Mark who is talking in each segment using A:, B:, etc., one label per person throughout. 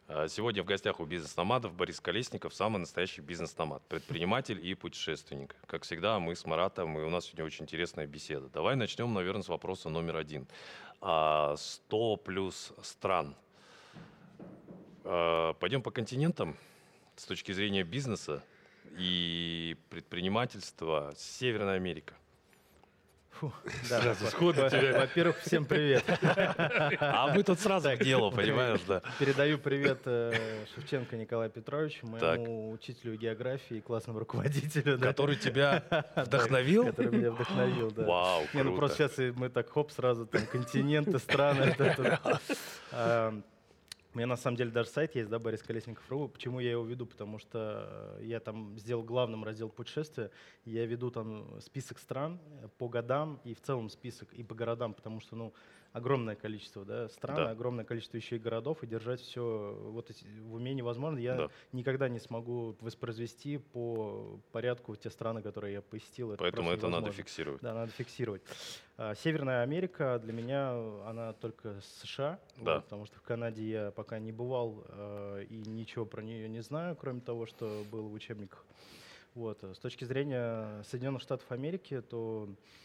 A: Сегодня в гостях у бизнес-номадов Борис Колесников, самый настоящий бизнес-номад, предприниматель и путешественник. Как всегда, мы с Маратом, и у нас сегодня очень интересная беседа. Давай начнем, наверное, с вопроса номер один. 100 плюс стран. Пойдем по континентам с точки зрения бизнеса и предпринимательства. Северная Америка.
B: Да, во-первых, всем привет.
A: А мы тут сразу к делу, понимаешь, да.
B: Передаю привет Шевченко Николаю Петровичу, моему учителю географии и классному руководителю.
A: Который тебя вдохновил?
B: Который меня вдохновил, да.
A: Вау, круто.
B: Ну просто сейчас мы так хоп, сразу там континенты, страны. У меня на самом деле даже сайт есть, да, BorisKolesnikov.ru. Почему я его веду? Потому что я там сделал главным раздел путешествия. Я веду там список стран по годам и в целом список и по городам, потому что, ну, огромное количество, да, стран,
A: Да.
B: огромное количество еще и городов, и держать все вот в уме невозможно. Я никогда не смогу воспроизвести по порядку те страны, которые я посетил.
A: Поэтому это надо фиксировать.
B: Да, надо фиксировать. Северная Америка для меня, она только США,
A: да.
B: Вот, потому что в Канаде я пока не бывал и ничего про нее не знаю, кроме того, что было в учебниках. Вот. С точки зрения Соединенных Штатов Америки, то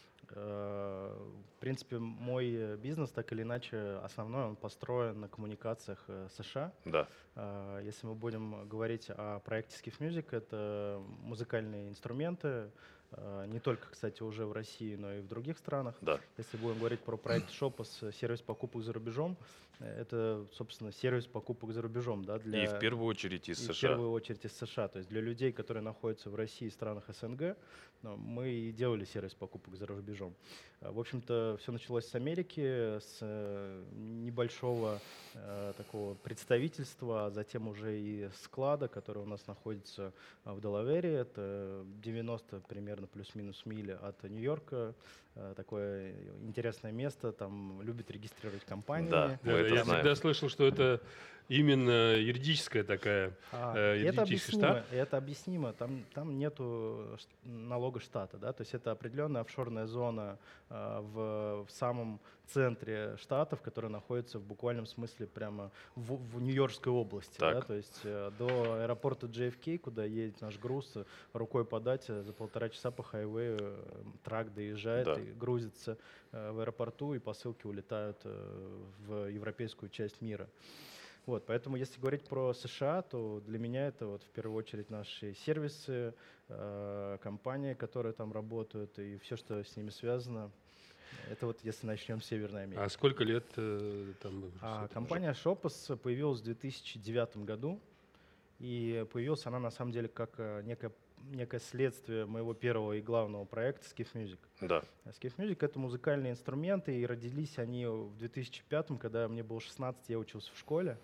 B: в принципе, мой бизнес, так или иначе, основной, он построен на коммуникациях США.
A: Да.
B: Если мы будем говорить о проекте Skiff Music, это музыкальные инструменты, не только, кстати, уже в России, но и в других странах.
A: Да.
B: Если будем говорить про проект Shopus, сервис покупок за рубежом, это, собственно, сервис покупок за рубежом. Да,
A: и в первую очередь из США.
B: В первую очередь из США. То есть для людей, которые находятся в России и странах СНГ, мы и делали сервис покупок за рубежом. В общем-то, все началось с Америки, с небольшого такого представительства, а затем уже и склада, который у нас находится в Делавере. Это 90 примерно плюс-минус мили от Нью-Йорка. Такое интересное место, там любят регистрировать компании.
A: Да,
C: я всегда слышал, что это именно юридическая такая, юридический штат.
B: Это объяснимо. Там нету налога штата, да, то есть это определенная офшорная зона в самом центре штатов, которая находится в буквальном смысле прямо в Нью-Йоркской области, да, то есть до аэропорта JFK, куда едет наш груз, рукой подать, за 1,5 часа по хайвею трак доезжает и грузится в аэропорту, и посылки улетают в европейскую часть мира. Вот, поэтому, если говорить про США, то для меня это вот в первую очередь наши сервисы, компании, которые там работают, и все, что с ними связано. Это вот если начнем с Северной Америки.
C: А сколько лет там?
B: Компания Shopus появилась в 2009 году, и появилась она на самом деле как некое следствие моего первого и главного проекта Skiff Music.
A: Да.
B: Skiff Music — это музыкальные инструменты, и родились они в 2005-м, когда мне было 16, я учился в школе.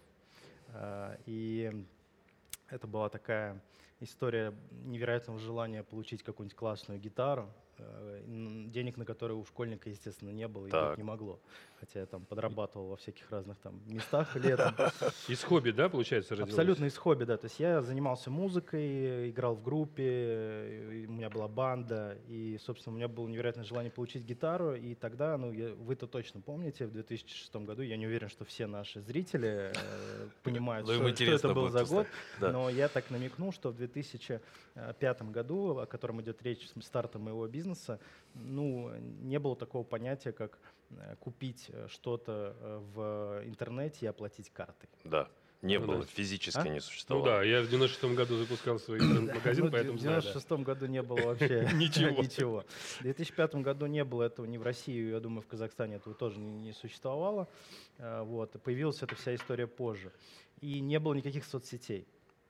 B: И это была такая история невероятного желания получить какую-нибудь классную гитару, денег на которые у школьника, естественно, не было и быть не могло. Хотя я там подрабатывал во всяких разных там местах летом.
C: Из хобби, да, получается, родилось?
B: Абсолютно из хобби, да. То есть я занимался музыкой, играл в группе, у меня была банда, и, собственно, у меня было невероятное желание получить гитару, и тогда, вы-то точно помните, в 2006 году, я не уверен, что все наши зрители понимают, что это был за год, но я так намекнул, что в 2005 году, о котором идет речь с старта моего бизнеса, не было такого понятия, как купить что-то в интернете и оплатить картой.
A: Да. Не было, физически не существовало.
C: Ну да, я в 96-м году запускал свой интернет-магазин, поэтому
B: знаю. В 96-м году не было вообще ничего. В 2005 году не было этого ни в России, я думаю, в Казахстане этого тоже не существовало. Вот. Появилась эта вся история позже. И не было никаких соцсетей.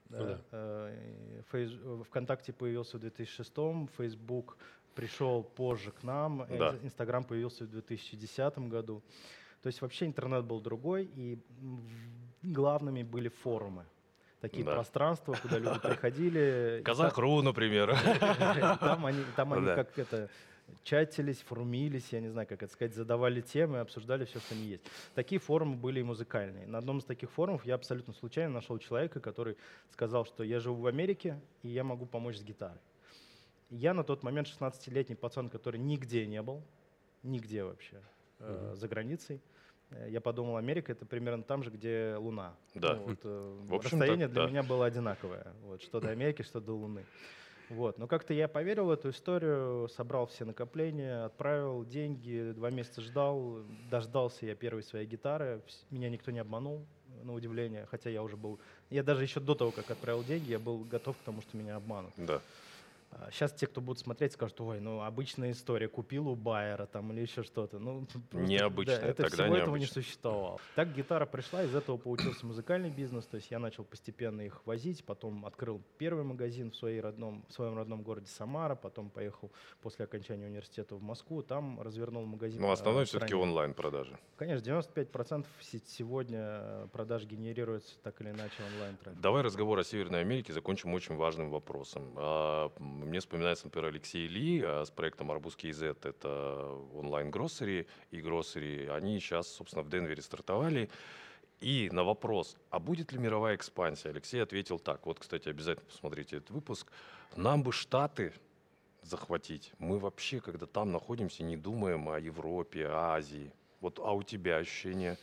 B: ВКонтакте появился в 2006-м, Facebook пришел позже к нам, Инстаграм появился в 2010 году. То есть вообще интернет был другой, и главными были форумы. Такие пространства, куда люди приходили.
A: Казах.ру, например.
B: Там они как это чатились, форумились, я не знаю, как это сказать, задавали темы, обсуждали все, что не есть. Такие форумы были и музыкальные. На одном из таких форумов я абсолютно случайно нашел человека, который сказал, что я живу в Америке, и я могу помочь с гитарой. Я на тот момент 16-летний пацан, который нигде не был, нигде вообще, за границей. я подумал, Америка — это примерно там же, где Луна.
A: Да.
B: Ну, вот,
A: В общем-то,
B: расстояние для
A: да.
B: меня было одинаковое. Вот, что до Америки, что до Луны. Вот. Но как-то я поверил в эту историю, собрал все накопления, отправил деньги, 2 месяца ждал, дождался я первой своей гитары. Меня никто не обманул, на удивление, хотя я уже был... Я даже еще до того, как отправил деньги, я был готов к тому, что меня обманут.
A: Да.
B: Сейчас те, кто будут смотреть, скажут: ой, ну обычная история, купил у байера там или еще что-то. Ну,
A: необычная,
B: да, это
A: тогда
B: всего этого не
A: необычно.
B: существовало. Так гитара пришла, из этого получился музыкальный бизнес, то есть я начал постепенно их возить, потом открыл первый магазин в своем родном городе Самара, потом поехал после окончания университета в Москву, там развернул магазин.
A: Но основной
B: в
A: все-таки
B: стране.
A: онлайн-продажи.
B: Конечно, 95% сегодня продаж генерируется так или иначе онлайн-трафик.
A: Давай разговор о Северной Америке закончим очень важным вопросом. Мне вспоминается, например, Алексей Ли с проектом Арбуз KZ. Это онлайн-гроссери и гроссери. Они сейчас, собственно, в Денвере стартовали. И на вопрос, а будет ли мировая экспансия, Алексей ответил так. Вот, кстати, обязательно посмотрите этот выпуск. Нам бы Штаты захватить. Мы вообще, когда там находимся, не думаем о Европе, о Азии. Вот, а у тебя ощущения?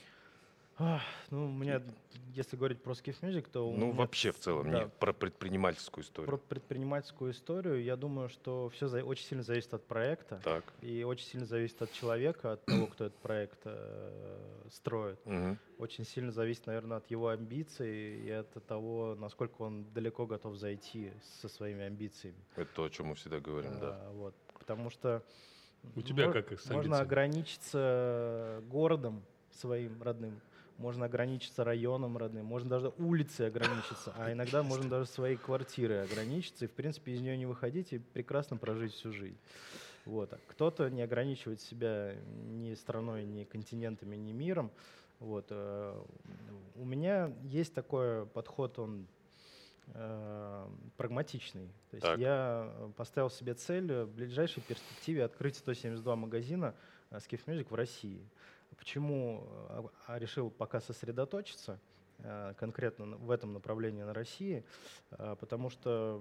B: Ну, у меня, если говорить про Skiff Music, то...
A: Ну, вообще в целом,
B: да,
A: не про предпринимательскую историю.
B: Про предпринимательскую историю, я думаю, что все очень сильно зависит от проекта.
A: Так.
B: И очень сильно зависит от человека, от того, кто этот проект строит.
A: Угу.
B: Очень сильно зависит, наверное, от его амбиций и от того, насколько он далеко готов зайти со своими амбициями.
A: Это то, о чем мы всегда говорим, да.
B: Вот. Потому что
C: у тебя как с амбициями?
B: Можно ограничиться городом своим родным, можно ограничиться районом родным, можно даже улицей ограничиться, а иногда можно даже своей квартирой ограничиться и, в принципе, из нее не выходить и прекрасно прожить всю жизнь. Вот. А кто-то не ограничивает себя ни страной, ни континентами, ни миром. Вот. У меня есть такой подход, он прагматичный. То есть я поставил себе цель в ближайшей перспективе открыть 172 магазина Skiff Music в России. Почему решил пока сосредоточиться конкретно в этом направлении на России? Потому что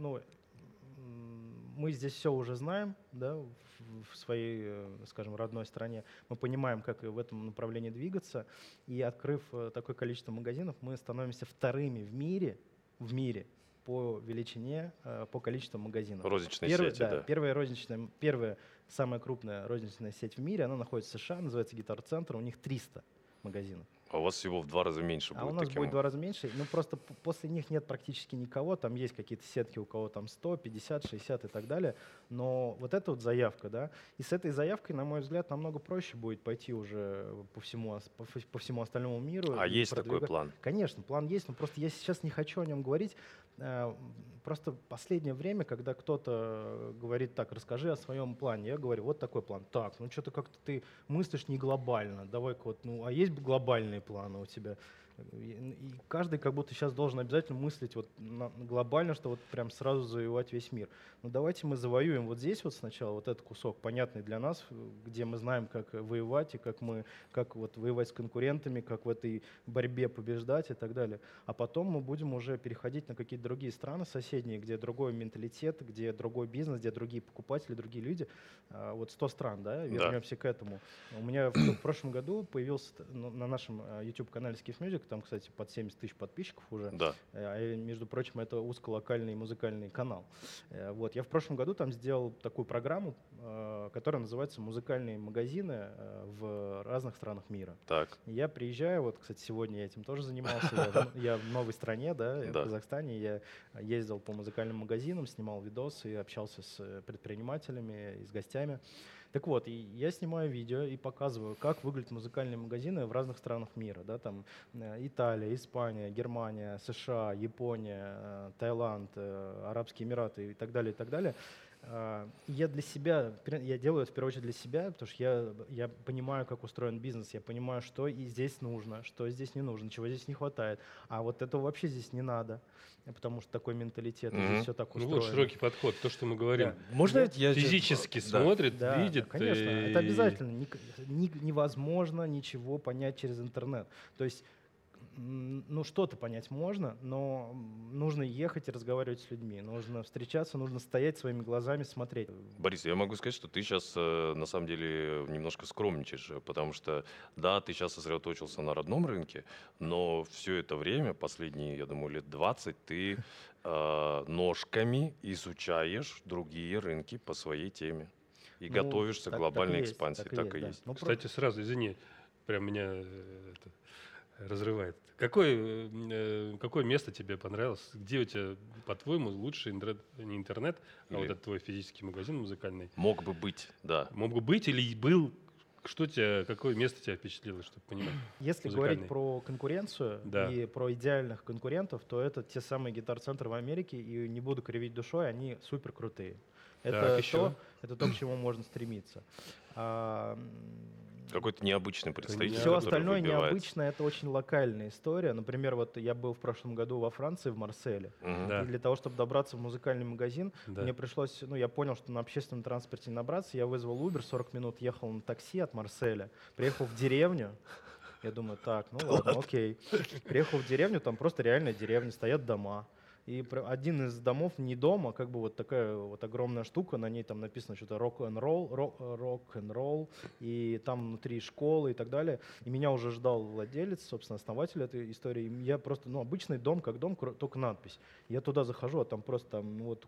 B: мы здесь все уже знаем, да, в своей, скажем, родной стране. Мы понимаем, как в этом направлении двигаться. И открыв такое количество магазинов, мы становимся вторыми в мире по величине, по количеству магазинов.
A: Розничные сети, да.
B: Первая, самая крупная розничная сеть в мире, она находится в США, называется Гитар-центр, у них 300 магазинов.
A: А у вас всего в 2 раза меньше будет.
B: А у нас будет в 2 раза меньше, ну просто после них нет практически никого, там есть какие-то сетки, у кого там 100, 50, 60 и так далее, но вот эта вот заявка, да, и с этой заявкой, на мой взгляд, намного проще будет пойти уже по всему остальному миру.
A: А есть такой план?
B: Конечно, план есть, но просто я сейчас не хочу о нем говорить. Просто последнее время, когда кто-то говорит: так, расскажи о своем плане, я говорю: вот такой план. Так, ну что-то как-то ты мыслишь не глобально, давай-ка вот, а есть глобальные планы у тебя? И каждый как будто сейчас должен обязательно мыслить вот глобально, что вот прям сразу завоевать весь мир. Ну давайте мы завоюем вот здесь вот сначала вот этот кусок, понятный для нас, где мы знаем, как воевать и как вот воевать с конкурентами, как в этой борьбе побеждать и так далее. А потом мы будем уже переходить на какие-то другие страны соседние, где другой менталитет, где другой бизнес, где другие покупатели, другие люди. Вот 100 стран, да, вернемся к этому. У меня в прошлом году появился на нашем YouTube-канале Skiff Music, там, кстати, под 70 тысяч подписчиков уже.
A: Да.
B: Между прочим, это узколокальный музыкальный канал. Вот. Я в прошлом году там сделал такую программу, которая называется «Музыкальные магазины в разных странах мира».
A: Так.
B: Я приезжаю, вот, кстати, сегодня я этим тоже занимался. Я в новой стране, да, в Казахстане. Я ездил по музыкальным магазинам, снимал видосы и общался с предпринимателями и с гостями. Так вот, и я снимаю видео и показываю, как выглядят музыкальные магазины в разных странах мира. Да, там Италия, Испания, Германия, США, Япония, Таиланд, Арабские Эмираты и так далее, и так далее. Я для себя, я делаю это в первую очередь для себя, потому что я понимаю, как устроен бизнес, я понимаю, что и здесь нужно, что здесь не нужно, чего здесь не хватает. А вот этого вообще здесь не надо, потому что такой менталитет, здесь все так устроено.
C: Ну вот широкий подход, то, что мы говорим.
B: Да.
A: Можно
C: я физически смотрит, видит.
B: Конечно, это обязательно. Невозможно ничего понять через интернет. То есть Ну, что-то понять можно, но нужно ехать и разговаривать с людьми. Нужно встречаться, нужно стоять своими глазами, смотреть.
A: Борис, я могу сказать, что ты сейчас на самом деле немножко скромничаешь, потому что, да, ты сейчас сосредоточился на родном рынке, но все это время, последние, я думаю, лет 20, ты ножками изучаешь другие рынки по своей теме и готовишься к глобальной экспансии. Так и есть.
C: Ну, кстати, сразу, извини, прям меня это разрывает. Какое место тебе понравилось? Где у тебя, по-твоему, лучший не интернет, а вот этот твой физический магазин музыкальный?
A: Мог бы быть, да.
C: Мог бы быть или был? Какое место тебя впечатлило, чтобы понимать?
B: Если говорить про конкуренцию и про идеальных конкурентов, то это те самые гитар-центры в Америке, и не буду кривить душой, они супер крутые. Это то, к чему можно стремиться.
A: Какой-то необычный представитель.
B: Все остальное необычное, это очень локальная история. Например, вот я был в прошлом году во Франции, в Марселе. И для того, чтобы добраться в музыкальный магазин, мне пришлось, я понял, что на общественном транспорте не набраться. Я вызвал Uber, 40 минут ехал на такси от Марселя, приехал в деревню. Я думаю, так, ну ладно, окей. Приехал в деревню, там просто реальная деревня, стоят дома. И один из домов не дом, а как бы вот такая вот огромная штука, на ней там написано что-то рок-н-ролл, и там внутри школы и так далее. И меня уже ждал владелец, собственно, основатель этой истории. И я просто, обычный дом, как дом, только надпись. Я туда захожу, а там просто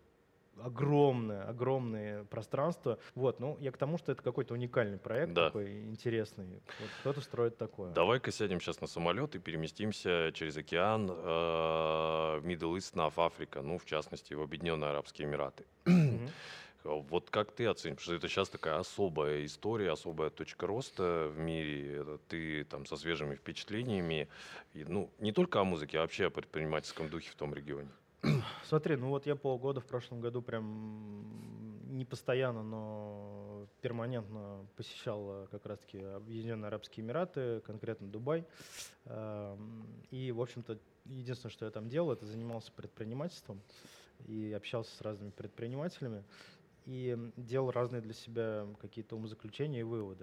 B: огромное пространство. Я к тому, что это какой-то уникальный проект, такой интересный. Вот кто-то строит такое.
A: Давай-ка сядем сейчас на самолет и переместимся через океан в Middle East, в Африку, в частности, в Объединенные Арабские Эмираты. Вот как ты оценишь, что это сейчас такая особая история, особая точка роста в мире, ты там со свежими впечатлениями, не только о музыке, а вообще о предпринимательском духе в том регионе?
B: Смотри, я полгода в прошлом году прям не постоянно, но перманентно посещал как раз-таки Объединенные Арабские Эмираты, конкретно Дубай. И, в общем-то, единственное, что я там делал, это занимался предпринимательством и общался с разными предпринимателями и делал разные для себя какие-то умозаключения и выводы.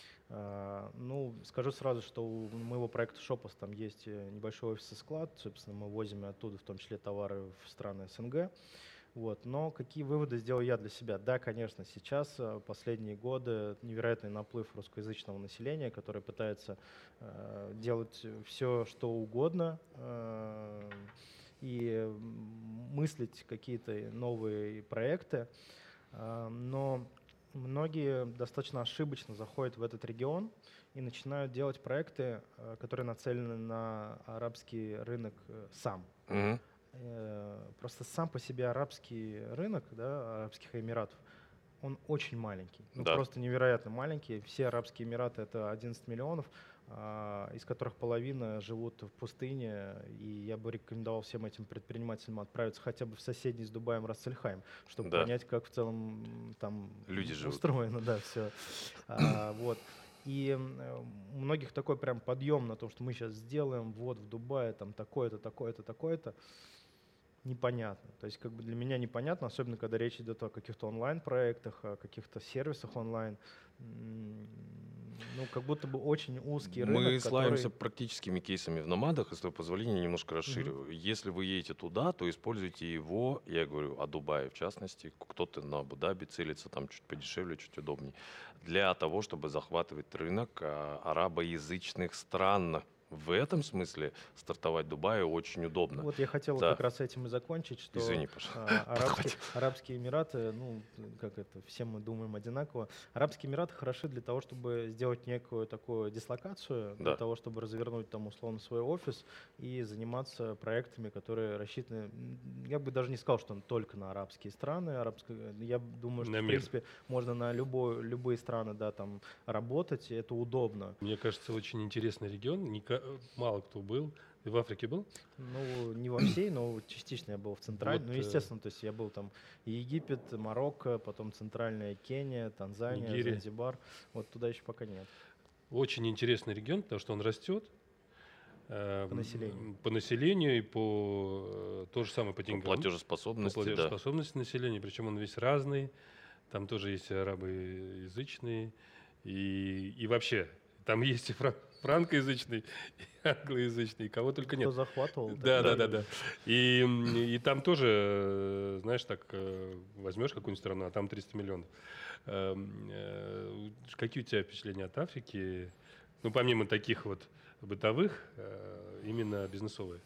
B: Скажу сразу, что у моего проекта Shopos там есть небольшой офис и склад, собственно, мы возим оттуда в том числе товары в страны СНГ. Но какие выводы сделал я для себя? Да, конечно, сейчас, последние годы, невероятный наплыв русскоязычного населения, которое пытается делать все, что угодно, и мыслить какие-то новые проекты, но многие достаточно ошибочно заходят в этот регион и начинают делать проекты, которые нацелены на арабский рынок сам. Просто сам по себе арабский рынок, Арабских Эмиратов, он очень маленький, просто невероятно маленький. Все Арабские Эмираты — это 11 миллионов, из которых половина живут в пустыне, и я бы рекомендовал всем этим предпринимателям отправиться хотя бы в соседний с Дубаем Рас-Эль-Хайм, чтобы понять, как в целом там
A: люди
B: устроено, все. И у многих такой прям подъем на то, что мы сейчас сделаем в Дубае там такое-то, такое-то, такое-то. Непонятно. То есть для меня непонятно, особенно когда речь идет о каких-то онлайн-проектах, о каких-то сервисах онлайн. Как будто бы очень узкий рынок.
A: Мы славимся практическими кейсами в номадах, и, с твоего позволения, немножко расширю. Если вы едете туда, то используйте его, я говорю о Дубае в частности, кто-то на Абу-Даби целится, там чуть подешевле, чуть удобнее, для того, чтобы захватывать рынок арабоязычных стран. В этом смысле стартовать в Дубае очень удобно.
B: Я хотел как раз этим и закончить, что
A: извини,
B: Арабские Эмираты, все мы думаем одинаково. Арабские Эмираты хороши для того, чтобы сделать некую такую дислокацию, для того, чтобы развернуть там условно свой офис и заниматься проектами, которые рассчитаны, я бы даже не сказал, что только на арабские страны. Я думаю, что в принципе можно на любые страны там работать, и это удобно.
C: Мне кажется, очень интересный регион. Мало кто был. Ты в Африке был?
B: Не во всей, но частично я был в центральной. Естественно, то есть я был там и Египет, Марокко, потом центральная Кения, Танзания,
C: Нигерия.
B: Занзибар. Туда еще пока нет.
C: Очень интересный регион, потому что он растет.
B: По населению.
C: По населению и то же самое по деньгам.
A: По платежеспособности.
C: По платежеспособности населения. Причем он весь разный. Там тоже есть арабоязычные. И вообще, там есть и франкоязычный, и англоязычный, кого только нет.
B: Кто захватывал.
C: Да. И там тоже, знаешь, так возьмешь какую-нибудь страну, а там 300 миллионов. Какие у тебя впечатления от Африки? Ну, помимо таких вот бытовых, именно бизнесовые.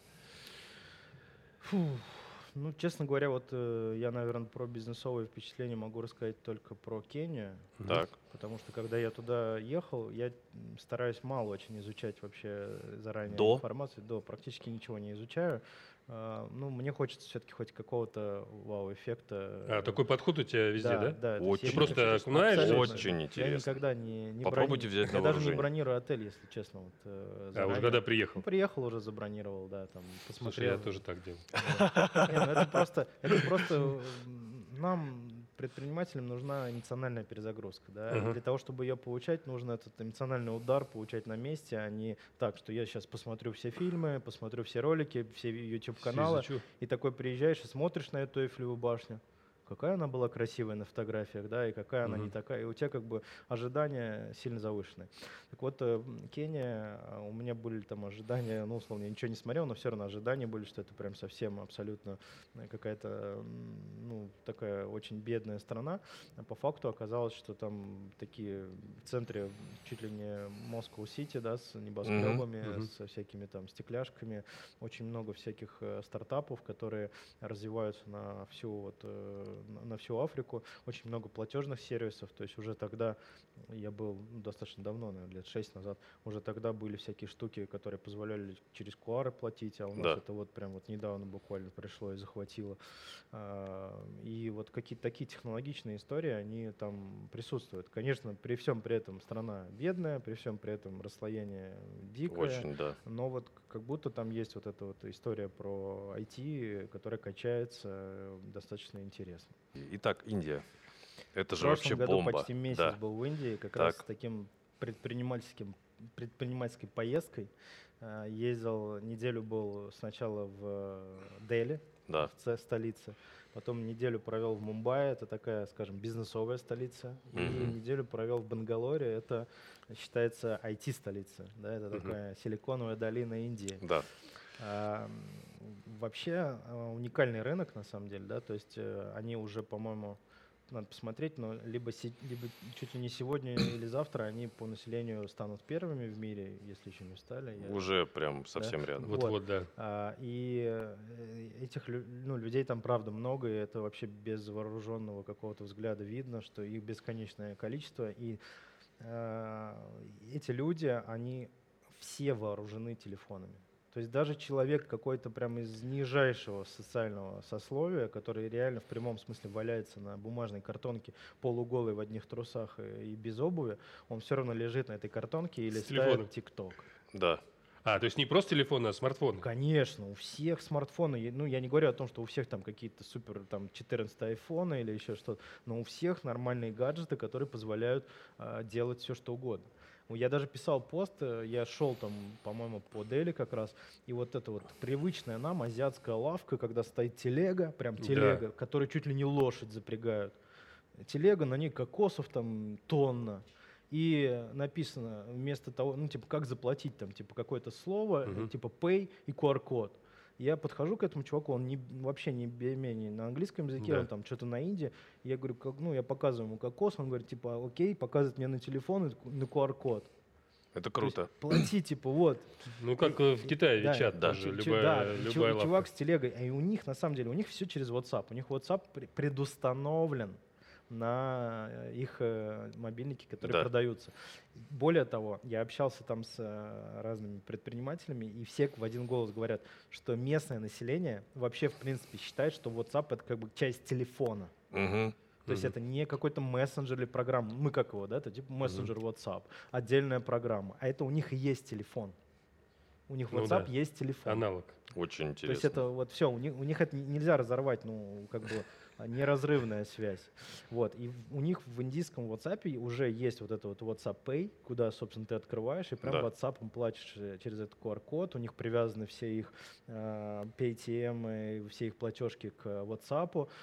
B: Ну, честно говоря, вот я, наверное, про бизнесовые впечатления могу рассказать только про Кению.
A: Так.
B: Потому что когда я туда ехал, я стараюсь мало очень изучать вообще заранее
A: До?
B: информацию. Практически ничего не изучаю. Ну, мне хочется все-таки хоть какого-то вау-эффекта.
C: Такой подход у тебя везде, да?
B: Да.
A: Очень.
C: Ты просто окунаешься?
B: Абсолютно.
A: Очень
B: Я
A: интересно.
B: никогда не
A: Попробуйте взять на
B: я даже не
A: вооружение.
B: бронирую отель, если честно. Вот,
C: Уже
B: заранее.
C: когда приехал.
B: Ну, приехал, уже забронировал, да, там,
C: Слушай,
B: посмотрел.
C: я тоже так делал.
B: Не, ну это просто нам, предпринимателям, нужна эмоциональная перезагрузка. Да?
C: Ага.
B: Для того, чтобы ее получать, нужно этот эмоциональный удар получать на месте, а не так, что я сейчас посмотрю все фильмы, посмотрю все ролики, все YouTube-каналы,
C: Изучу.
B: и такой приезжаешь и смотришь на эту Эйфелеву башню. Какая она была красивая на фотографиях, да, и какая она не такая. И у тебя как бы ожидания сильно завышенные. Так вот, Кения, у меня были там ожидания, ну, условно, я ничего не смотрел, но все равно ожидания были, что это прям совсем абсолютно какая-то, ну, такая очень бедная страна. А по факту оказалось, что там такие в центре чуть ли не Москва-Сити, да, с небоскребами, со всякими там стекляшками, очень много всяких стартапов, которые развиваются на всю Африку, очень много платежных сервисов, то есть уже тогда, я был достаточно давно, наверное, лет 6 назад, уже тогда были всякие штуки, которые позволяли через QR платить, а у нас это вот прям вот недавно буквально пришло и захватило. И вот какие-то такие технологичные истории, они там присутствуют. Конечно, при всем при этом страна бедная, при всем при этом расслоение дикое,
A: Очень, да.
B: но вот как будто там есть вот эта вот история про IT, которая качается достаточно интересно.
A: Итак, Индия. Это же
B: В
A: вообще
B: прошлом году
A: бомба.
B: почти месяц
A: Да.
B: был в Индии, как
A: Так.
B: раз с таким предпринимательской поездкой. Ездил, неделю был сначала в Дели,
A: Да.
B: в столице, потом неделю провел в Мумбаи, это такая, скажем, бизнесовая столица, и неделю провел в Бангалоре, это считается IT-столица, да, это такая силиконовая долина Индии.
A: Да.
B: Вообще уникальный рынок, на самом деле, да, то есть они уже, по-моему, надо посмотреть, но либо чуть ли не сегодня или завтра они по населению станут первыми в мире, если еще не стали.
A: Уже прям совсем рядом.
C: Вот, да.
B: И этих людей там правда много, и это вообще без вооруженного какого-то взгляда видно, что их бесконечное количество. И эти люди, они все вооружены телефонами. То есть даже человек какой-то прям из нижайшего социального сословия, который реально в прямом смысле валяется на бумажной картонке, полуголый в одних трусах и без обуви, он все равно лежит на этой картонке и листает ТикТок.
A: Да.
C: То есть не просто телефоны, а смартфоны?
B: Конечно, у всех смартфоны. Ну, я не говорю о том, что у всех там какие-то супер там 14 айфоны или еще что-то, но у всех нормальные гаджеты, которые позволяют делать все, что угодно. Я даже писал пост, я шел там, по-моему, по Дели как раз, и вот эта вот привычная нам азиатская лавка, когда стоит телега, прям телега, которую чуть ли не лошадь запрягают. Телега, на ней кокосов там тонна. И написано вместо того, ну, типа, как заплатить там, типа, какое-то слово, типа, pay и QR-код. Я подхожу к этому чуваку, он вообще не BME на английском языке, он там что-то на инди. Я говорю, я показываю ему кокос, он говорит, типа, окей, показывает мне на телефон на QR-код.
A: Это круто.
B: Есть, плати, типа, вот.
C: Ну, как в Kitае, WeChat тоже, любая лавка.
B: Чувак с телегой, и у них, на самом деле, у них все через WhatsApp. У них WhatsApp предустановлен на их мобильники, которые продаются. Более того, я общался там с разными предпринимателями, и все в один голос говорят, что местное население вообще, в принципе, считает, что WhatsApp — это как бы часть телефона. То есть это не какой-то мессенджер или программа. Мы как его, да? Это типа мессенджер WhatsApp, отдельная программа. А это у них и есть телефон. У них WhatsApp есть телефон.
C: Аналог.
A: Очень интересно.
B: То есть это вот все, у них это нельзя разорвать, ну, как бы неразрывная связь. Вот. И у них в индийском WhatsApp уже есть вот это вот WhatsApp Pay, куда, собственно, ты открываешь и прям WhatsApp платишь через этот QR-код. У них привязаны все их Paytm и все их платежки к WhatsApp.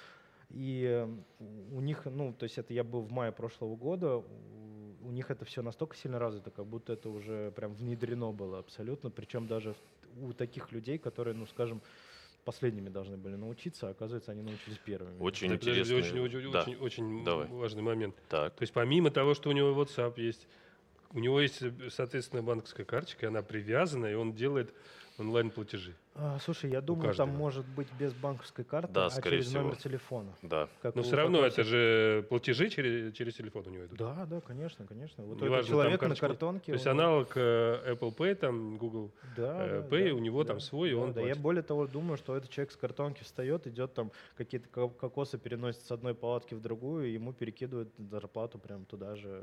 B: И у них, ну, то есть это я был в мае прошлого года, у них это все настолько сильно развито, как будто это уже прям внедрено было абсолютно, причем даже у таких людей, которые, ну, скажем, последними должны были научиться, а оказывается, они научились первыми.
A: Очень
C: Подожди,
A: интересно. Да.
C: очень
A: Давай.
C: важный момент.
A: Так.
C: То есть помимо того, что у него WhatsApp есть, у него есть, соответственно, банковская карточка, она привязана, и он делает онлайн-платежи.
B: Слушай, я думаю, там
C: каждого.
B: может быть без банковской карты,
A: Да,
B: а
A: скорее
B: через
A: всего.
B: номер телефона.
A: Да.
C: Но все равно это же платежи через телефон у него идут.
B: Да, да, конечно, конечно. Вот
C: Неважно,
B: этот человек
C: там
B: на
C: карточка.
B: картонке.
C: То есть
B: у него-
C: аналог Apple Pay, там Google
B: Да,
C: Pay,
B: да,
C: у него
B: да,
C: там свой, и
B: да,
C: он
B: да. Я
C: платит.
B: более того думаю, что этот человек с картонки встает, идет там какие-то кокосы переносит с одной палатки в другую, и ему перекидывают зарплату прям туда же.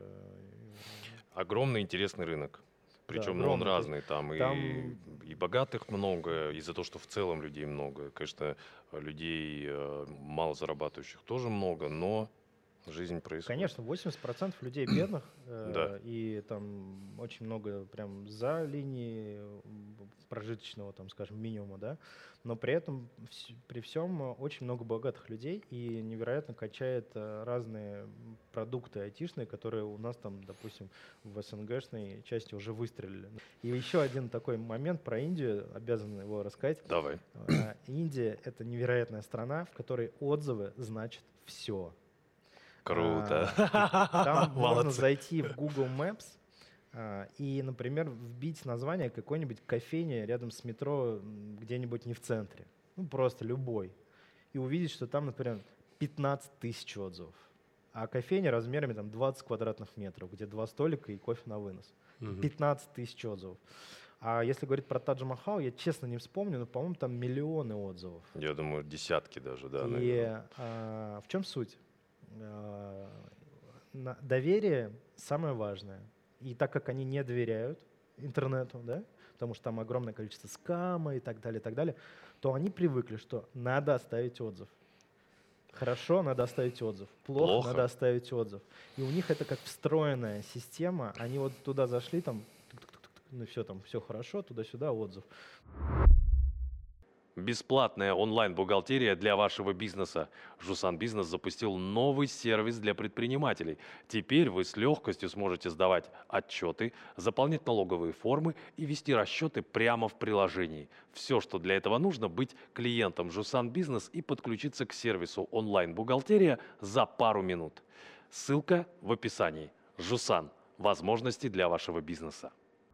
A: Огромный интересный рынок. Причем он
B: огромный.
A: разный. Там
B: там-
A: и богатых много, из-за того, что в целом людей много. Конечно, людей мало зарабатывающих тоже много, но жизнь происходит.
B: Конечно, 80% людей бедных,
A: Да.
B: и там очень много прям за линией прожиточного, там, скажем, минимума, да, но при этом при всем очень много богатых людей и невероятно качает разные продукты айтишные, которые у нас там, допустим, в СНГшной части уже выстрелили. И еще один такой момент про Индию, обязан его рассказать.
A: Давай.
B: Индия — это невероятная страна, в которой отзывы значат все.
A: Круто.
B: Там можно
A: Молодцы.
B: зайти в Google Maps и, например, вбить название какой-нибудь кофейни рядом с метро где-нибудь не в центре, ну просто любой, и увидеть, что там, например, 15 тысяч отзывов, а кофейня размерами там 20 квадратных метров, где 2 столика и кофе на вынос. 15 тысяч отзывов. А если говорить про Тадж-Махал, я честно не вспомню, но, по-моему, там миллионы отзывов.
A: Я думаю, десятки даже, да.
B: И
A: наверное.
B: в чем суть? Доверие самое важное. И так как они не доверяют интернету, да, потому что там огромное количество скама и так далее, то они привыкли, что надо оставить отзыв. Хорошо, надо оставить отзыв. Плохо, надо оставить отзыв. И у них это как встроенная система. Они вот туда зашли, там, ну все, там все хорошо, туда-сюда отзыв.
A: Бесплатная онлайн-бухгалтерия для вашего бизнеса. Жусан Бизнес запустил новый сервис для предпринимателей. Теперь вы с легкостью сможете сдавать отчеты, заполнять налоговые формы и вести расчеты прямо в приложении. Все, что для этого нужно, быть клиентом Жусан Бизнес и подключиться к сервису онлайн-бухгалтерия за пару минут. Ссылка в описании. Жусан. Возможности для вашего бизнеса.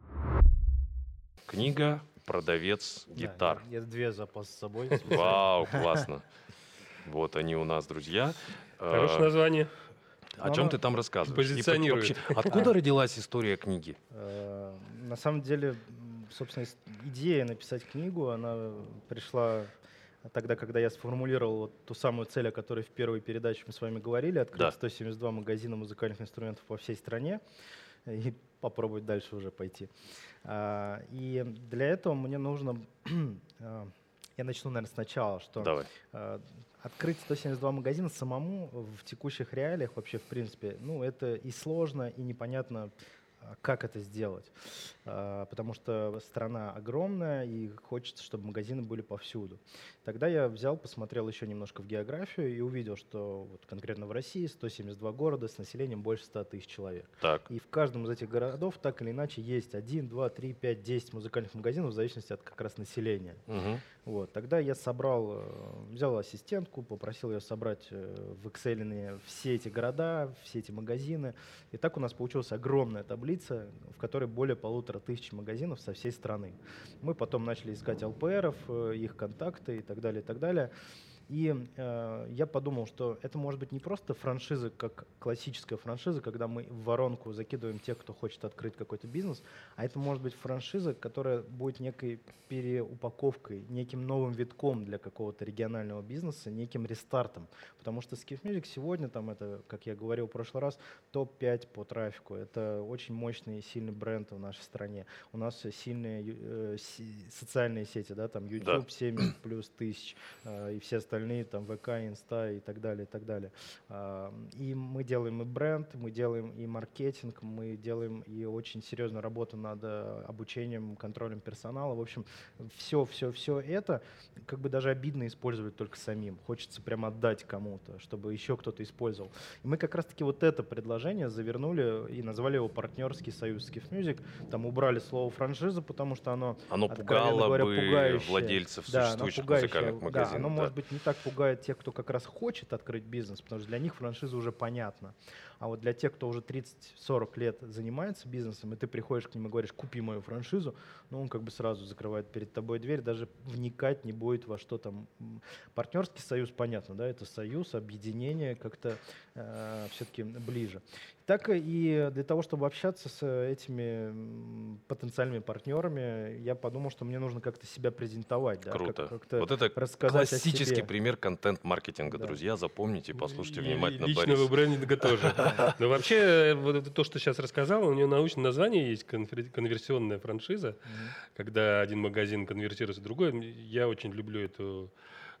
A: Книга «Продавец гитар».
B: Да, я 2 запас с собой.
A: Вау, классно. Вот они у нас, друзья.
C: Хорошее название.
A: О чем ты там рассказываешь? И
C: Позиционирует.
A: вообще, откуда родилась история книги?
B: На самом деле, собственно, идея написать книгу, она пришла тогда, когда я сформулировал вот ту самую цель, о которой в первой передаче мы с вами говорили, открыть
A: Да.
B: 172 магазина музыкальных инструментов по всей стране и попробовать дальше уже пойти. И для этого мне нужно... Я начну, наверное, сначала, что
A: Давай.
B: открыть 172 магазина самому в текущих реалиях вообще, в принципе, ну, это и сложно, и непонятно, как это сделать. Потому что страна огромная, и хочется, чтобы магазины были повсюду. Тогда я взял, посмотрел еще немножко в географию и увидел, что вот конкретно в России 172 города с населением больше 100 тысяч человек.
A: Так.
B: И в каждом из этих городов так или иначе есть 1, 2, 3, 5, 10 музыкальных магазинов в зависимости от как раз населения.
A: Угу.
B: Вот. Тогда я взял ассистентку, попросил ее собрать в Excel все эти города, все эти магазины. И так у нас получилась огромная таблица, в которой более 1500 магазинов со всей страны. Мы потом начали искать ЛПРов, их контакты и так далее, и так далее. И я подумал, что это может быть не просто франшиза, как классическая франшиза, когда мы в воронку закидываем тех, кто хочет открыть какой-то бизнес, а это может быть франшиза, которая будет некой переупаковкой, неким новым витком для какого-то регионального бизнеса, неким рестартом. Потому что Skiff Music сегодня, там это, как я говорил в прошлый раз, топ-5 по трафику. Это очень мощный и сильный бренд в нашей стране. У нас сильные социальные сети, да, там YouTube 70 плюс тысяч и все остальные остальные, там, ВК, Инста и так далее, и так далее. И мы делаем и бренд, мы делаем и маркетинг, мы делаем и очень серьезную работу над обучением, контролем персонала. В общем, все это как бы даже обидно использовать только самим. Хочется прямо отдать кому-то, чтобы еще кто-то использовал. И мы как раз-таки вот это предложение завернули и назвали его «Партнерский союз Skift Music». Там убрали слово «франшиза», потому что оно
A: пугало
B: говоря,
A: бы
B: пугающее.
A: владельцев
B: Да,
A: существующих музыкальных магазинов.
B: Да, оно, может быть, не так пугает тех, кто как раз хочет открыть бизнес, потому что для них франшиза уже понятна. А вот для тех, кто уже 30-40 лет занимается бизнесом, и ты приходишь к ним и говоришь: купи мою франшизу, ну, он как бы сразу закрывает перед тобой дверь, даже вникать не будет во что там. Партнерский союз, понятно, да, это союз, объединение как-то все-таки ближе. Так и для того, чтобы общаться с этими потенциальными партнерами, я подумал, что мне нужно как-то себя презентовать. Да,
A: Круто.
B: как-то
A: Вот это
B: рассказать
A: классический
B: о себе.
A: пример контент-маркетинга,
B: Да.
A: друзья. Запомните, послушайте
C: И
A: внимательно
C: личного
A: Бориса.
C: брендинга тоже. Но вообще, вот это то, что сейчас рассказал, у него научное название есть, конверсионная франшиза, когда один магазин конвертируется в другой. Я очень люблю эту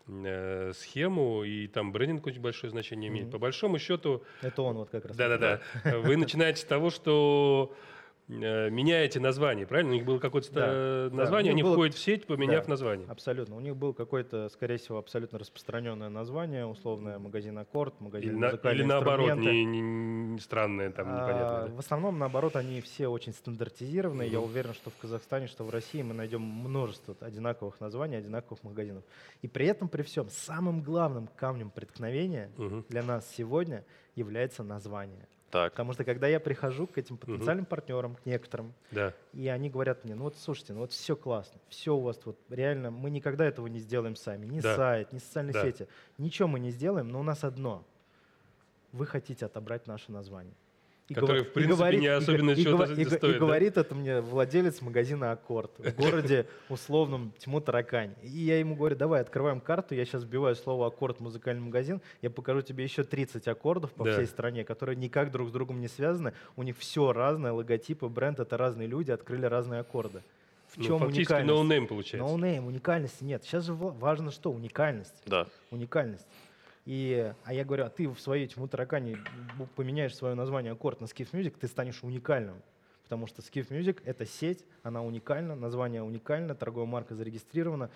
C: схему, и там брендинг очень большое значение имеет. По большому счету,
B: Это он вот как раз.
C: да, вы начинаете с того, что меняете название, правильно? У них было какое-то
B: Да,
C: название,
B: у них
C: они
B: было-
C: входят в сеть, поменяв
B: Да.
C: название.
B: Абсолютно. У них был какое-то, скорее всего, абсолютно распространенное название, условное магазин «Аккорд», магазин
C: Или
B: музыкальные
C: наоборот,
B: инструменты.
C: не странное, там непонятное. Да.
B: В основном, наоборот, они все очень стандартизированы. Я уверен, что в Казахстане, что в России мы найдем множество одинаковых названий, одинаковых магазинов. И при этом, при всем, самым главным камнем преткновения для нас сегодня является название.
A: Так,
B: Потому что когда я прихожу к этим потенциальным партнерам, к некоторым,
C: Да.
B: и они говорят мне: ну вот слушайте, ну вот все классно, все у вас вот реально, мы никогда этого не сделаем сами, ни
C: Да.
B: сайт, ни социальные
C: Да.
B: сети, ничего мы не сделаем, но у нас одно: вы хотите отобрать наше название.
C: Которое, в принципе, не особенно чего-то стоит,
B: И
C: да?
B: говорит это мне владелец магазина «Аккорд» в городе условном Тьму-Таракань. И я ему говорю: давай открываем карту, я сейчас вбиваю слово «Аккорд» музыкальный магазин, я покажу тебе еще 30 аккордов по
C: Да.
B: всей стране, которые никак друг с другом не связаны, у них все разное, логотипы, бренд, это разные люди, открыли разные аккорды. В
C: Ну,
B: чем
C: фактически
B: уникальность?
C: ноунейм получается.
B: Ноунейм, уникальности нет. Сейчас же важно что? Уникальность.
A: да.
B: Уникальность. А я говорю: а ты в своей Тьму-Таракане поменяешь свое название «Аккорд» на Skift Music, ты станешь уникальным. Потому что Skift Music — это сеть, она уникальна, название уникально, торговая марка зарегистрирована.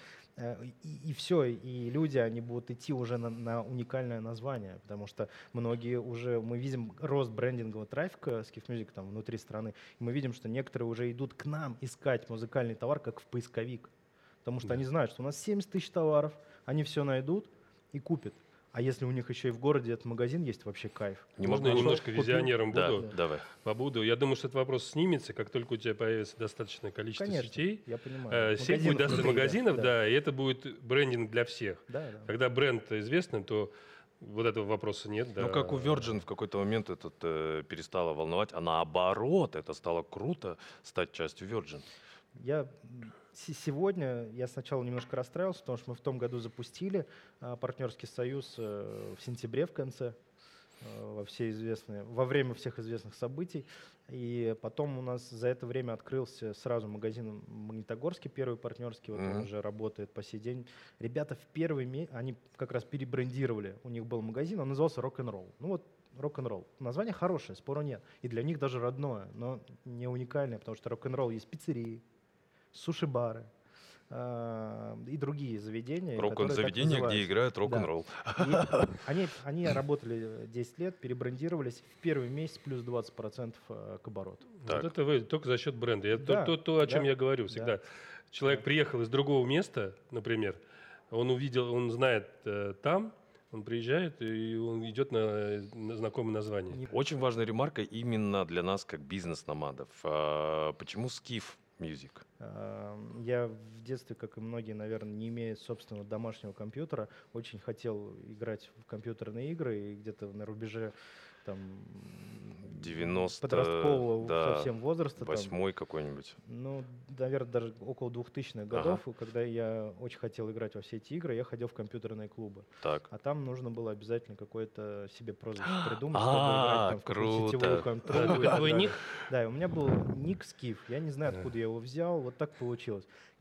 B: И все, и люди, они будут идти уже на уникальное название. Потому что многие уже, мы видим рост брендингового трафика Skift Music там внутри страны, и мы видим, что некоторые уже идут к нам искать музыкальный товар как в поисковик. Потому что они знают, что у нас 70 тысяч товаров, они все найдут и купят. А если у них еще и в городе этот магазин есть, вообще кайф.
C: Можно я немножко визионером
A: Да,
C: буду?
A: давай.
C: Побуду. Я думаю, что этот вопрос снимется, как только у тебя появится достаточное количество
B: Конечно,
C: сетей.
B: я понимаю.
C: Сеть будет
B: Магазинов внутри,
C: магазинов,
B: да.
C: да, и это будет брендинг для всех.
B: Да.
C: Когда бренд известный, то вот этого вопроса нет. Да.
A: Ну, как у Virgin в какой-то момент это перестало волновать, а наоборот, это стало круто стать частью Virgin.
B: Сегодня я сначала немножко расстраивался, потому что мы в том году запустили партнерский союз в сентябре в конце, во время всех известных событий. И потом у нас за это время открылся сразу магазин Магнитогорский, первый партнерский, вот он уже работает по сей день. Ребята в первый месяц, они как раз перебрендировали, у них был магазин, он назывался «Рок-н-ролл». Ну вот рок-н-ролл. Название хорошее, спору нет. И для них даже родное, но не уникальное, потому что рок-н-ролл есть пиццерии, суши-бары и другие заведения.
A: Рок-н-заведения, где играют рок-н-ролл.
B: Да. Они работали 10 лет, перебрендировались, в первый месяц плюс 20% к обороту.
C: Вот это вы только за счет бренда.
B: Да,
C: То, о чем
B: да,
C: я говорю всегда. Человек приехал из другого места, например, он увидел, он знает там, он приезжает, и он идет на знакомое название.
A: Очень важная ремарка именно для нас, как бизнес-номадов. Почему Skift Music?
B: Я в детстве, как и многие, наверное, не имея собственного домашнего компьютера, очень хотел играть в компьютерные игры, и где-то на рубеже там
A: 90,
B: подросткового
A: да,
B: совсем возраста.
A: 8-й какой-нибудь.
B: Ну, наверное, даже около 2000-х годов, когда я очень хотел играть во все эти игры, я ходил в компьютерные клубы.
A: Так.
B: А там нужно было обязательно какое-то себе прозвище придумать, чтобы играть там в какую-то сетевую контроль.
C: Твой ник?
B: Да, и у меня был ник Скиф. Я не знаю, откуда я его взял. Вот так получилось.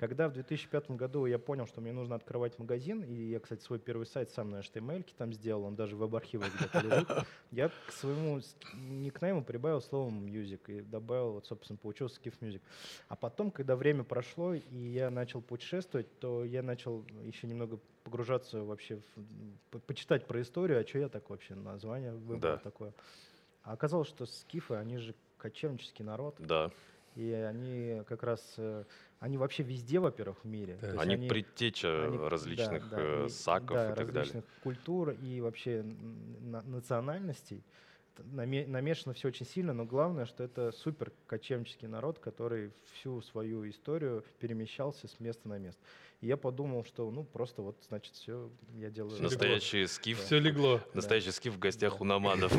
B: Когда в 2005 году я понял, что мне нужно открывать магазин, и я, кстати, свой первый сайт сам на HTML там сделал, он даже в веб-архивах где-то лежит, я к своему никнейму прибавил слово music и добавил, вот, собственно, получился Skiff Music. А потом, когда время прошло, и я начал путешествовать, то я начал еще немного погружаться вообще, почитать про историю, а что я так вообще название выбрал такое. А оказалось, что скифы, они же кочевнический народ.
A: Да.
B: И они как раз, они вообще везде, во-первых, в мире.
A: То есть они предтеча различных саков и так
B: различных культур и вообще национальностей. Намешано все очень сильно, но главное, что это супер кочевнический народ, который всю свою историю перемещался с места на место. И я подумал, что просто вот, значит, все я делаю.
A: Настоящий скиф.
C: Все легло.
A: Настоящий скиф в гостях у номадов.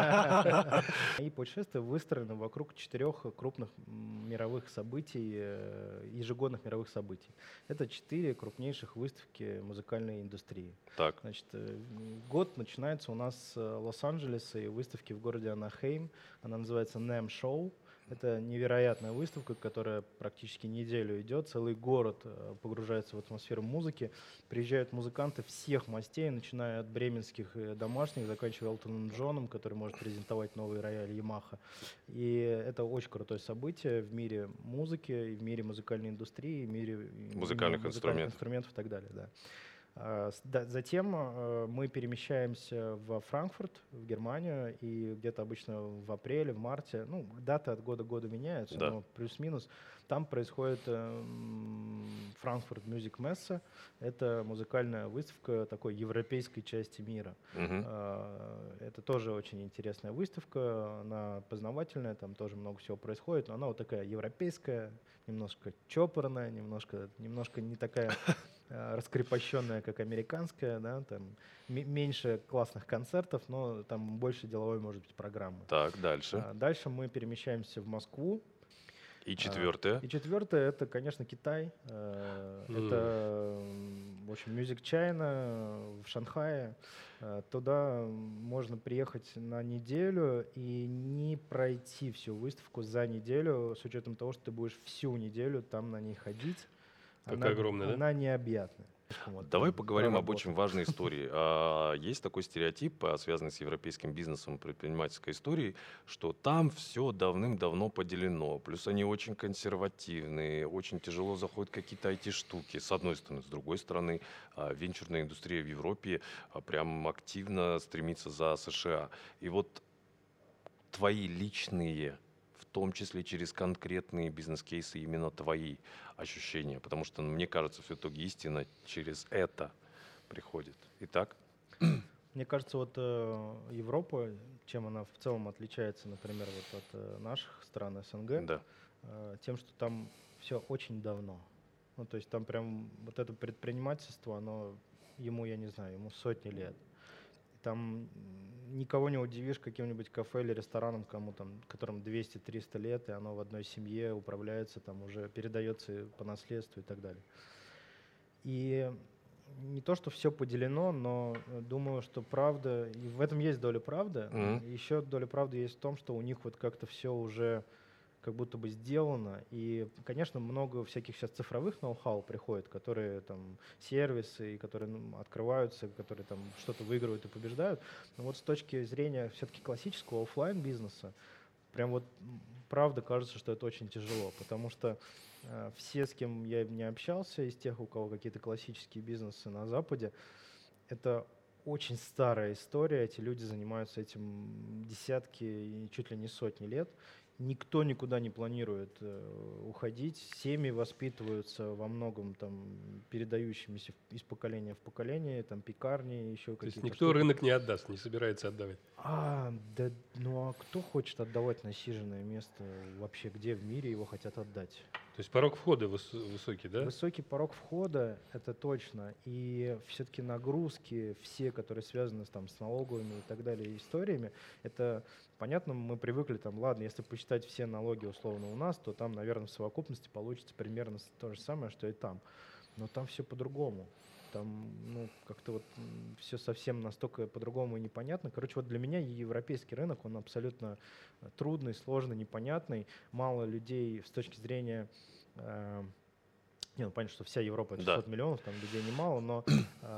B: И путешествие выстроено вокруг 4 крупных мировых событий, ежегодных мировых событий. Это 4 крупнейших выставки музыкальной индустрии.
A: Так.
B: Значит, год начинается у нас с Лос-Анджелеса и выставки в городе Анахейм. Она называется NAMM Show. Это невероятная выставка, которая практически неделю идет. Целый город погружается в атмосферу музыки. Приезжают музыканты всех мастей, начиная от бременских и домашних, заканчивая Элтоном Джоном, который может презентовать новый рояль Yamaha. И это очень крутое событие в мире музыки, и в мире музыкальной индустрии, и в мире
A: музыкальных
B: инструментов и так далее. Да. Затем мы перемещаемся во Франкфурт, в Германию, и где-то обычно в апреле, в марте, даты от года к году меняются, но плюс-минус, там происходит Frankfurt Music Messe, это музыкальная выставка такой европейской части мира. Это тоже очень интересная выставка, она познавательная, там тоже много всего происходит, но она вот такая европейская, немножко чопорная, немножко не такая раскрепощенная, как американская, да, там меньше классных концертов, но там больше деловой, может быть, программы.
A: Так, дальше.
B: Дальше мы перемещаемся в Москву.
A: И четвертое?
B: И четвертое — это, конечно, Китай. Это, в общем, Music China в Шанхае. Туда можно приехать на неделю и не пройти всю выставку за неделю, с учетом того, что ты будешь всю неделю там на ней ходить.
C: Такая огромная, да?
B: Она необъятная.
A: Давай поговорим об очень важной истории. Есть такой стереотип, связанный с европейским бизнесом, предпринимательской историей, что там все давным-давно поделено. Плюс они очень консервативные, очень тяжело заходят какие-то IT-штуки, с одной стороны. С другой стороны, венчурная индустрия в Европе прям активно стремится за США. И вот твои личные, в том числе через конкретные бизнес-кейсы, именно твои ощущения, потому что, мне кажется, в итоге истина через это приходит. Итак?
B: Мне кажется, вот Европа, чем она в целом отличается, например, вот от наших стран СНГ, тем, что там все очень давно. То есть там прям вот это предпринимательство, ему, я не знаю, ему сотни лет. Там никого не удивишь каким-нибудь кафе или рестораном, которым 200-300 лет, и оно в одной семье управляется, там уже передается по наследству и так далее. И не то, что все поделено, но думаю, что правда, и в этом есть доля правды. Еще доля правды есть в том, что у них вот как-то все уже как будто бы сделано. И, конечно, много всяких сейчас цифровых ноу-хау приходит, которые там сервисы, которые открываются, которые там что-то выигрывают и побеждают. Но вот с точки зрения все-таки классического офлайн бизнеса, прям вот правда кажется, что это очень тяжело, потому что все, с кем я не общался, из тех, у кого какие-то классические бизнесы на Западе, это очень старая история. Эти люди занимаются этим десятки и чуть ли не сотни лет. Никто никуда не планирует уходить. Семьи воспитываются во многом там передающимися из поколения в поколение, там пекарни, еще какие-то.
C: То есть никто рынок не отдаст, не собирается отдавать.
B: А кто хочет отдавать насиженное место вообще, где в мире его хотят отдать?
C: То есть порог входа высокий, да?
B: Высокий порог входа, это точно. И все-таки нагрузки, все, которые связаны с налоговыми и так далее историями, это понятно, мы привыкли, ладно, если посчитать все налоги условно у нас, то там, наверное, в совокупности получится примерно то же самое, что и там. Но там все по-другому. Там, как-то вот все совсем настолько по-другому и непонятно. Короче, вот для меня европейский рынок, он абсолютно трудный, сложный, непонятный. Мало людей с точки зрения Не, ну понятно, что вся Европа это
A: Да.
B: 600 миллионов, там людей немало, но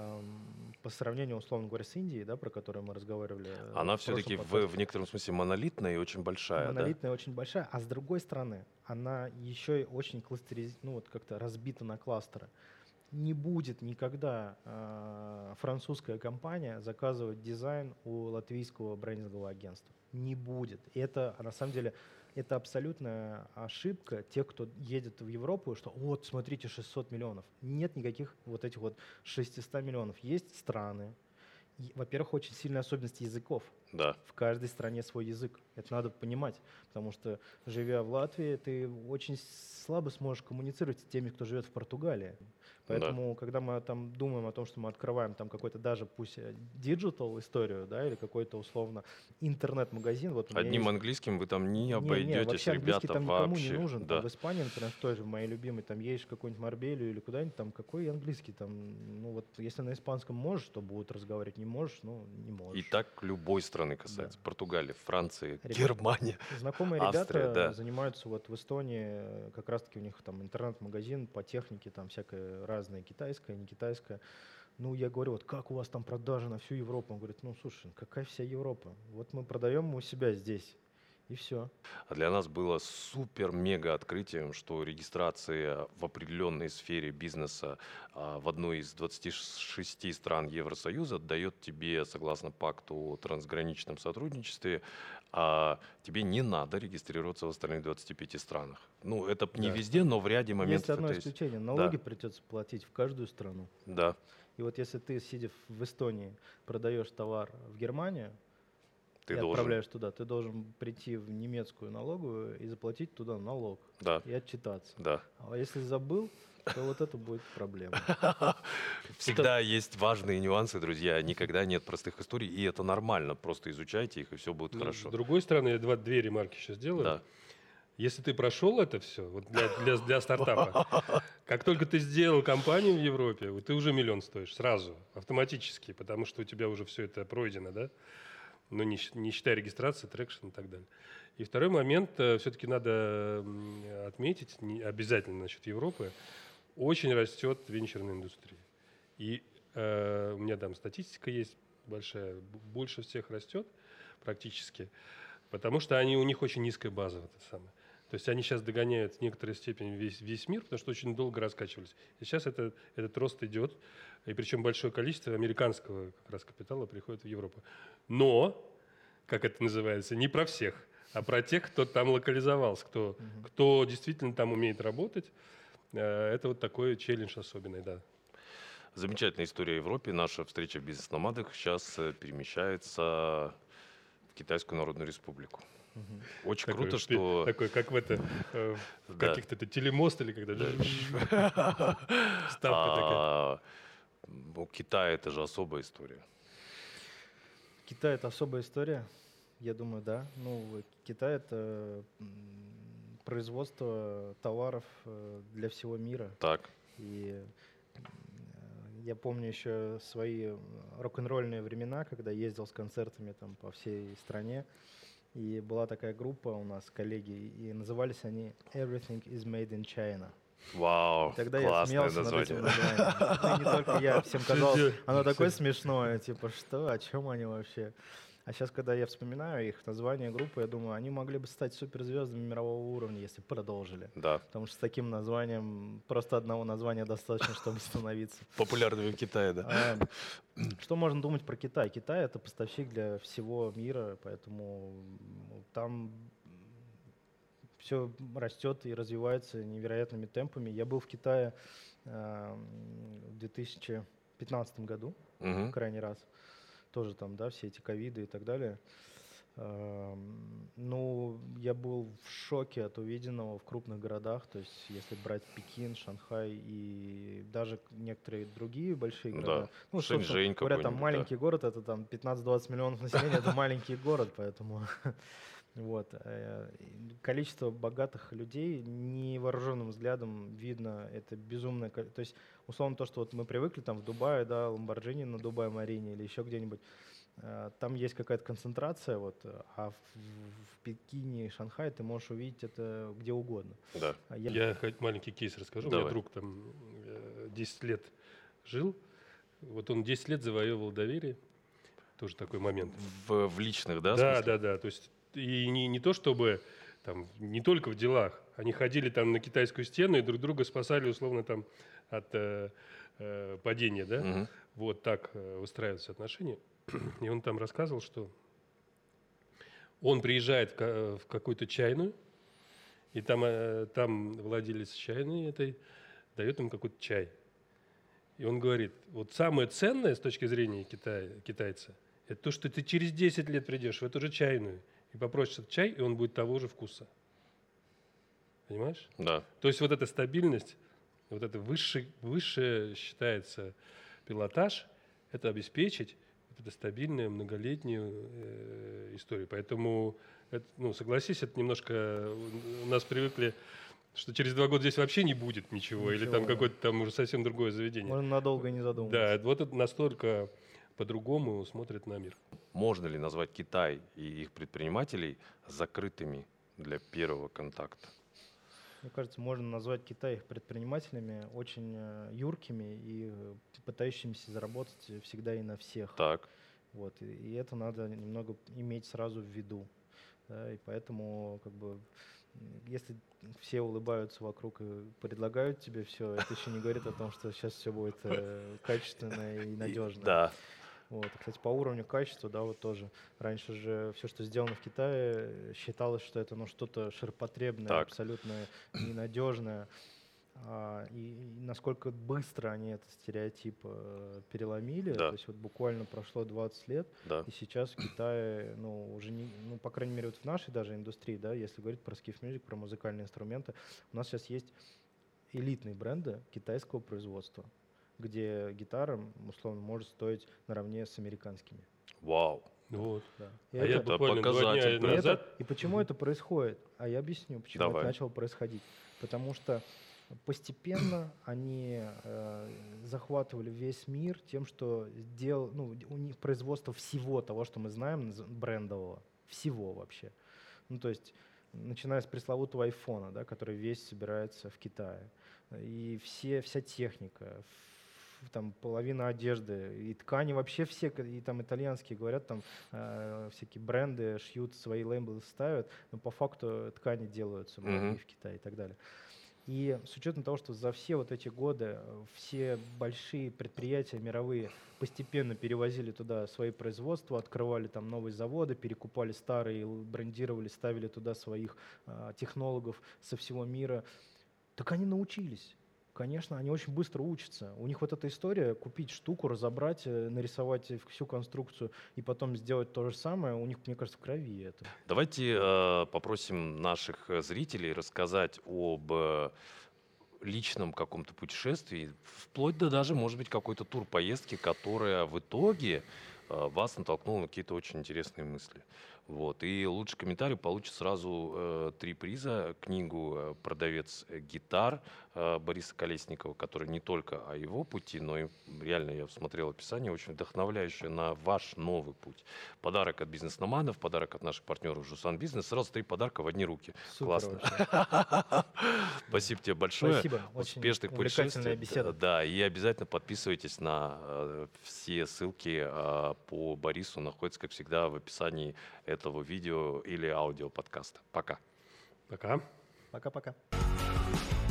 B: по сравнению, условно говоря, с Индией, да, про которую мы разговаривали
A: Она
B: в прошлом
A: все-таки
B: подкасте,
A: в некотором смысле монолитная и очень большая, да?
B: монолитная очень большая, а с другой стороны, она еще и очень ну вот как-то разбита на кластеры. Не будет никогда французская компания заказывать дизайн у латвийского брендингового агентства. Не будет. И это, на самом деле, это абсолютная ошибка тех, кто едет в Европу, что вот, смотрите, 600 миллионов. Нет никаких вот этих вот 600 миллионов. Есть страны. Во-первых, очень сильная особенность языков.
A: Да.
B: В каждой стране свой язык. Это надо понимать, потому что, живя в Латвии, ты очень слабо сможешь коммуницировать с теми, кто живет в Португалии. Поэтому, когда мы там думаем о том, что мы открываем там какой-то даже пусть диджитал историю, да, или какой-то условно интернет-магазин. Вот
A: Одним английским вы там не обойдетесь,
B: вообще английский
A: ребята,
B: там никому
A: вообще.
B: не нужен.
A: Да.
B: Там в Испании, например, в той же, в моей любимой, там едешь в какую-нибудь Марбелью или куда-нибудь, там какой английский там, ну вот если на испанском можешь, то будут разговаривать, не можешь, ну не можешь.
A: И так любой страны касается.
B: Да.
A: Португалия, Франция,
B: Ребята,
A: Германия.
B: Знакомые
A: Австрия,
B: ребята
A: да.
B: занимаются вот в Эстонии, как раз-таки у них там интернет-магазин по технике, там всякое разное, китайское, не китайское. Ну, я говорю, вот как у вас там продажи на всю Европу? Он говорит, ну, слушай, какая вся Европа? Вот мы продаем у себя здесь, и все.
A: А для нас было супер-мега открытием, что регистрация в определенной сфере бизнеса в одной из 26 стран Евросоюза дает тебе, согласно пакту о трансграничном сотрудничестве, тебе не надо регистрироваться в остальных 25 странах. Ну, это не
B: Да.
A: везде, но в ряде моментов
B: Есть одно
A: это есть.
B: исключение. Налоги придется платить в каждую страну.
A: Да,
B: И вот если ты, сидя в Эстонии, продаешь товар в Германию
A: ты
B: и
A: должен.
B: отправляешь туда, ты должен прийти в немецкую налоговую и заплатить туда налог
A: Да,
B: и отчитаться.
A: да.
B: А если забыл, то вот это будет проблема.
A: Всегда есть важные нюансы, друзья. Никогда нет простых историй, и это нормально. Просто изучайте их, и все будет
C: Ну,
A: хорошо.
C: С другой стороны, я две ремарки сейчас сделаю.
A: Да.
C: Если ты прошел это все вот для стартапа, как только ты сделал компанию в Европе, вот ты уже миллион стоишь сразу, автоматически, потому что у тебя уже все это пройдено, да? Ну, не считая регистрации, трекшн и так далее. И второй момент, все-таки надо отметить, обязательно насчет Европы, очень растет венчурная индустрия. И у меня там статистика есть большая, больше всех растет практически, потому что у них очень низкая база. Это самое. То есть они сейчас догоняют в некоторой степени весь мир, потому что очень долго раскачивались. И сейчас этот рост идет, и причем большое количество американского как раз капитала приходит в Европу. Но, как это называется, не про всех, а про тех, кто там локализовался, кто действительно там умеет работать. Это вот такой челлендж особенный, да.
A: Замечательная история в Европе. Наша встреча в «Бизнес-номадах» сейчас перемещается в Китайскую Народную Республику. Очень
C: Такой
A: круто, что...
C: Такой, как в
A: Да.
C: каких-то телемост или когда... Ставка такая.
A: У Китая это же особая история.
B: Китай — это особая история, я думаю, да. Ну, Китай — это производство товаров для всего мира.
A: Так.
B: И я помню еще свои рок-н-ролльные времена, когда ездил с концертами там по всей стране. И была такая группа у нас, коллеги, и назывались они «Everything is made in China».
A: Вау,
B: Тогда я
A: классное
B: смеялся над этим
A: название.
B: названием. Ну, и не только я, всем казалось, оно такое смешное, типа, что, о чем они вообще? А сейчас, когда я вспоминаю их название группы, я думаю, они могли бы стать суперзвездами мирового уровня, если продолжили.
A: Да.
B: Потому что с таким названием просто одного названия достаточно, чтобы становиться.
A: Популярными в Китае, да.
B: Что можно думать про Китай? Китай — это поставщик для всего мира, поэтому там все растет и развивается невероятными темпами. Я был в Китае в 2015 году,
A: Мгм.
B: крайний раз. Тоже там, да, все эти ковиды и так далее. Ну, я был в шоке от увиденного в крупных городах. То есть, если брать Пекин, Шанхай и даже некоторые другие большие
A: Да.
B: города. Ну, собственно
A: Шэньчжэнь
B: говоря, там
A: какой-нибудь,
B: маленький город, это там 15-20 миллионов населения, это маленький город, поэтому вот. Количество богатых людей невооруженным взглядом видно, это безумное. То есть, условно, то, что вот мы привыкли там в Дубае, да, Ламборджини на Дубай-Марине или еще где-нибудь, там есть какая-то концентрация, вот, а в Пекине и Шанхае ты можешь увидеть это где угодно.
A: Да.
C: Я хоть маленький кейс расскажу.
A: Давай.
C: У меня друг там 10 лет жил. Вот он 10 лет завоевывал доверие. Тоже такой момент.
A: В личных, да?
C: Да,
A: смысле?
C: да. То есть и не то чтобы там, не только в делах. Они ходили там на китайскую стену и друг друга спасали условно там от падения, да?
A: Мгм.
C: Вот так выстраиваются отношения. И он там рассказывал, что он приезжает в какую-то чайную, и там владелец чайной этой дает им какой-то чай. И он говорит, вот самое ценное с точки зрения китайца, это то, что ты через 10 лет придешь в эту же чайную и попросишь этот чай, и он будет того же вкуса. Понимаешь?
A: Да.
C: То есть вот эта стабильность, вот это высшее считается пилотаж, это обеспечить вот эту стабильную многолетнюю историю. Поэтому, согласись, это немножко у нас привыкли, что через 2 года здесь вообще не будет ничего или там
B: да.
C: какое-то там уже совсем другое заведение.
B: Можно надолго не задумываться.
C: Да, вот это настолько по-другому смотрят на мир.
A: Можно ли назвать Китай и их предпринимателей закрытыми для первого контакта?
B: Мне кажется, можно назвать Китай их предпринимателями очень юркими и пытающимися заработать всегда и на всех.
A: Так.
B: Вот, и это надо немного иметь сразу в виду. Да, и поэтому, как бы, если все улыбаются вокруг и предлагают тебе все, это еще не говорит о том, что сейчас все будет качественно и надежно.
A: Да.
B: Вот. Кстати, по уровню качества, да, вот тоже. Раньше же все, что сделано в Китае, считалось, что это что-то ширпотребное,
A: Так.
B: абсолютно ненадежное. И насколько быстро они этот стереотип переломили.
A: Да.
B: То есть вот буквально прошло 20 лет,
A: Да.
B: и сейчас в Китае, уже не, по крайней мере, вот в нашей даже индустрии, да, если говорить про skiff music, про музыкальные инструменты, у нас сейчас есть элитные бренды китайского производства, где гитара, условно, может стоить наравне с американскими.
A: Вау.
C: Вот.
B: Да.
C: А я буквально 2
A: показатель.
C: дня назад...
B: И почему это происходит? А я объясню, почему
A: Давай.
B: это начало происходить. Потому что постепенно они захватывали весь мир тем, что у них производство всего того, что мы знаем, брендового, всего вообще. То есть, начиная с пресловутого айфона, да, который весь собирается в Китае, и вся техника, там половина одежды и ткани вообще все, и там итальянские говорят, там всякие бренды шьют, свои лейблы ставят, но по факту ткани делаются в Китае и так далее. И с учетом того, что за все вот эти годы все большие предприятия мировые постепенно перевозили туда свои производства, открывали там новые заводы, перекупали старые, брендировали, ставили туда своих технологов со всего мира, так они научились. Конечно, они очень быстро учатся. У них вот эта история купить штуку, разобрать, нарисовать всю конструкцию и потом сделать то же самое, у них, мне кажется, в крови это.
A: Давайте попросим наших зрителей рассказать об личном каком-то путешествии, вплоть до даже, может быть, какой-то тур поездки, которая в итоге вас натолкнула на какие-то очень интересные мысли. Вот. И лучший комментарий получит сразу 3 приза. Книгу «Продавец гитар» Бориса Колесникова, который не только о его пути, но и реально я смотрел описание, очень вдохновляющее на ваш новый путь. Подарок от бизнес-номадов, подарок от наших партнеров Жусан Бизнес. Сразу 3 подарка в одни руки.
B: Супер.
A: Классно. Спасибо тебе большое.
B: Спасибо. Очень
A: Успешных
B: увлекательная
A: путешествий.
B: беседа.
A: Да, и обязательно подписывайтесь на все ссылки по Борису. Находятся, как всегда, в описании этого видео или аудиоподкаста. Пока.
C: Пока.
B: Пока-пока.